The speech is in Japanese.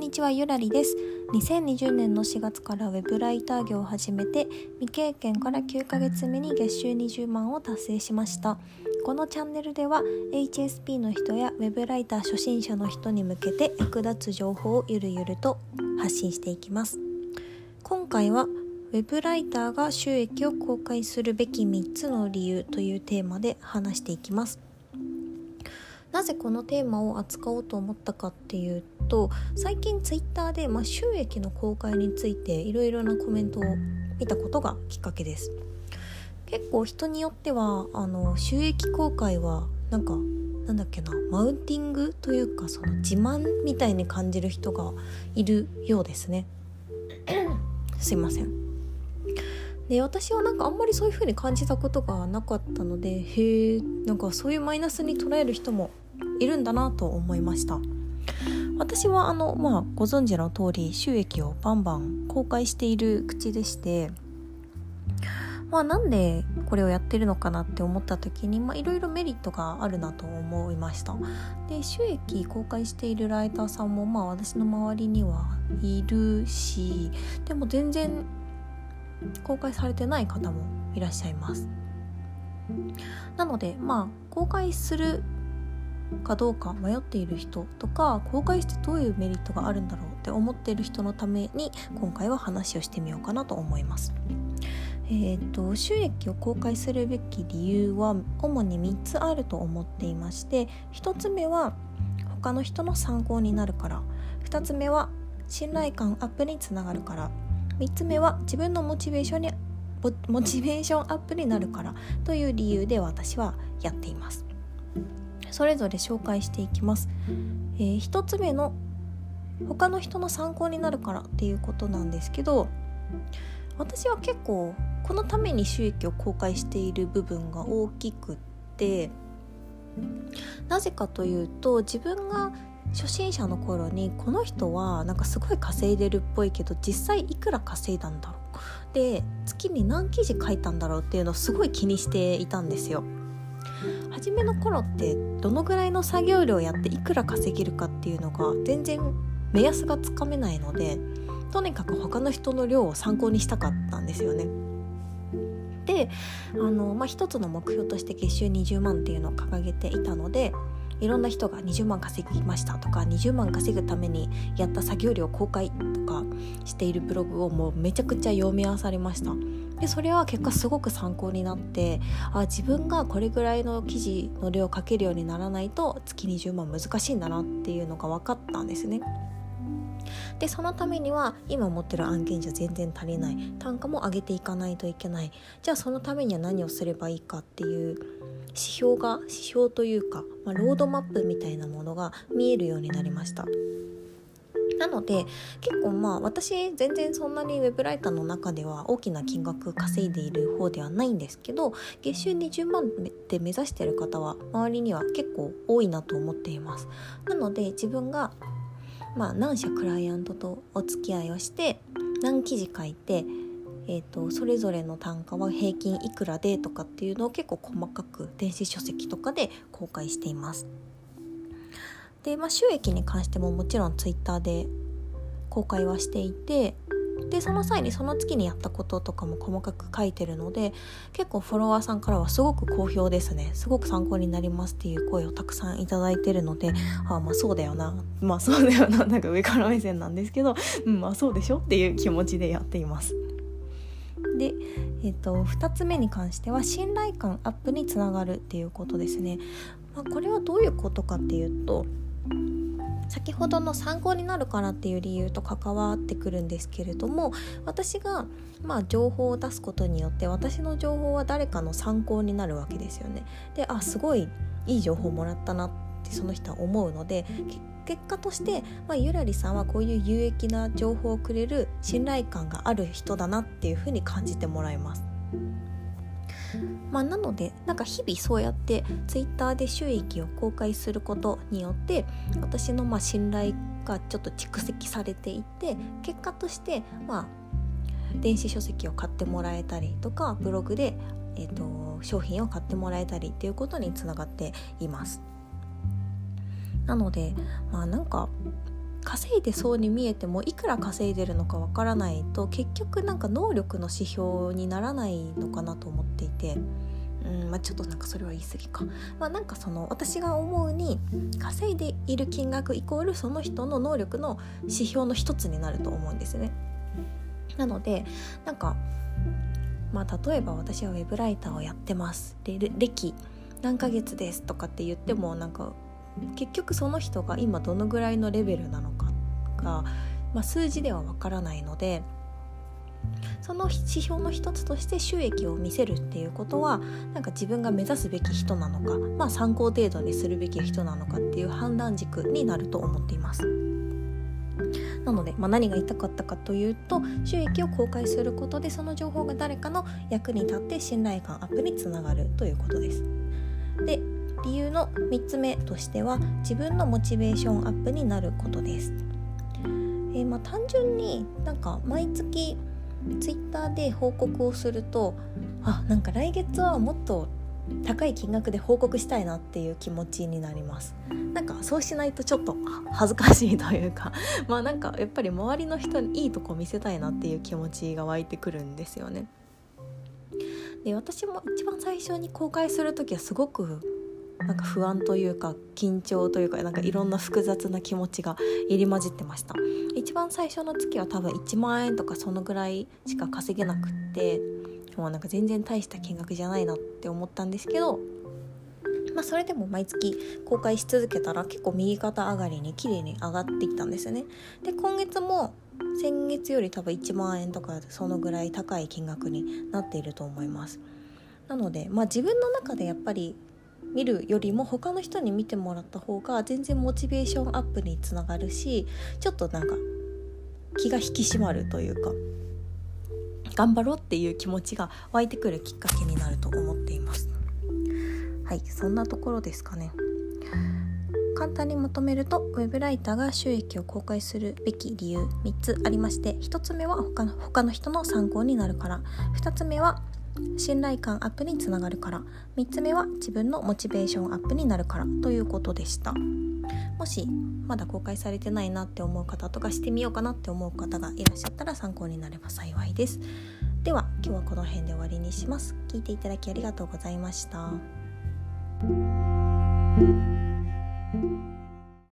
にちは、ゆらりです。2020年の4月からウェブライター業を始めて、未経験から9ヶ月目に月収20万を達成しました。このチャンネルでは HSP の人やウェブライター初心者の人に向けて役立つ情報をゆるゆると発信していきます。今回はウェブライターが収益を公開するべき3つの理由というテーマで話していきます。なぜこのテーマを扱おうと思ったかっていうと、最近ツイッターで収益の公開についていろいろなコメントを見たことがきっかけです。結構人によっては収益公開はマウンティングというか、その自慢みたいに感じる人がいるようですね。すいません。で、私はあんまりそういう風に感じたことがなかったので、そういうマイナスに捉える人もいるんだなと思いました。私はご存知の通り収益をバンバン公開している口でして、なんでこれをやってるのかなって思った時にいろいろメリットがあるなと思いました。で、収益公開しているライターさんも私の周りにはいるし、でも全然公開されてない方もいらっしゃいます。なので公開するかどうか迷っている人とか、公開してどういうメリットがあるんだろうって思っている人のために今回は話をしてみようかなと思います。収益を公開するべき理由は主に3つあると思っていまして、1つ目は他の人の参考になるから、2つ目は信頼感アップにつながるから、3つ目は自分のモチベーションアップになるからという理由で私はやっています。それぞれ紹介していきます。1つ目の他の人の参考になるからっていうことなんですけど、私は結構このために収益を公開している部分が大きくって、なぜかというと、自分が初心者の頃にこの人はすごい稼いでるっぽいけど実際いくら稼いだんだろう、で月に何記事書いたんだろうっていうのをすごい気にしていたんですよ。初めの頃ってどのぐらいの作業量やっていくら稼げるかっていうのが全然目安がつかめないので、とにかく他の人の量を参考にしたかったんですよね。で、一つの目標として月収20万っていうのを掲げていたので、いろんな人が20万稼ぎましたとか、20万稼ぐためにやった作業量公開とかしているブログをもうめちゃくちゃ読み漁りました。で、それは結果すごく参考になって、自分がこれぐらいの記事の量を書けるようにならないと月20万難しいんだなっていうのが分かったんですね。で、そのためには今持ってる案件じゃ全然足りない、単価も上げていかないといけない。じゃあそのためには何をすればいいかっていう指標というか、ロードマップみたいなものが見えるようになりました。なので結構私全然そんなにウェブライターの中では大きな金額稼いでいる方ではないんですけど、月収20万って目指している方は周りには結構多いなと思っています。なので自分が何社クライアントとお付き合いをして何記事書いて、それぞれの単価は平均いくらでとかっていうのを結構細かく電子書籍とかで公開しています。で、収益に関してももちろんツイッターで公開はしていて、でその際にその月にやったこととかも細かく書いてるので、結構フォロワーさんからはすごく好評ですね。すごく参考になりますっていう声をたくさんいただいてるので、そうだよな上から目線なんですけど、そうでしょっていう気持ちでやっています。で、2つ目に関しては信頼感アップにつながるっていうことですね。これはどういうことかっていうと、先ほどの参考になるからっていう理由と関わってくるんですけれども、私が情報を出すことによって私の情報は誰かの参考になるわけですよね。で、すごいいい情報もらったなってその人は思うので、結果として、ゆらりさんはこういう有益な情報をくれる信頼感がある人だなっていうふうに感じてもらえます。なので日々そうやってツイッターで収益を公開することによって私の信頼がちょっと蓄積されていて、結果として電子書籍を買ってもらえたりとか、ブログで、商品を買ってもらえたりっていうことにつながっています。なので稼いでそうに見えてもいくら稼いでるのかわからないと結局なんか能力の指標にならないのかなと思っていて、ちょっとなんかそれは言い過ぎか、なんかその私が思うに稼いでいる金額イコールその人の能力の指標の一つになると思うんですね。なのでなんか例えば私はウェブライターをやってますで歴何ヶ月ですとかって言ってもなんか結局その人が今どのぐらいのレベルなのかが、数字ではわからないので、その指標の一つとして収益を見せるっていうことはなんか自分が目指すべき人なのか、参考程度にするべき人なのかっていう判断軸になると思っています。なので、何が言いたかったかというと、収益を公開することでその情報が誰かの役に立って信頼感アップにつながるということです。で、理由の3つ目としては自分のモチベーションアップになることです。単純になんか毎月ツイッターで報告をすると、なんか来月はもっと高い金額で報告したいなっていう気持ちになります。なんかそうしないとちょっと恥ずかしいというかなんかやっぱり周りの人にいいとこ見せたいなっていう気持ちが湧いてくるんですよね。で、私も一番最初に公開するときはすごくなんか不安というか緊張というかなんかいろんな複雑な気持ちが入り混じってました。一番最初の月は多分1万円とかそのぐらいしか稼げなくって、もうなんか全然大した金額じゃないなって思ったんですけど、それでも毎月公開し続けたら結構右肩上がりに綺麗に上がっていったんですよね。で、今月も先月より多分1万円とかそのぐらい高い金額になっていると思います。なので、自分の中でやっぱり見るよりも他の人に見てもらった方が全然モチベーションアップにつながるし、ちょっとなんか気が引き締まるというか頑張ろうっていう気持ちが湧いてくるきっかけになると思っています。はい、そんなところですかね。簡単にまとめると、ウェブライターが収益を公開するべき理由3つありまして、1つ目は他の人の参考になるから、2つ目は信頼感アップにつながるから、3つ目は自分のモチベーションアップになるからということでした。もしまだ公開されてないなって思う方とかしてみようかなって思う方がいらっしゃったら参考になれば幸いです。では今日はこの辺で終わりにします。聞いていただきありがとうございました。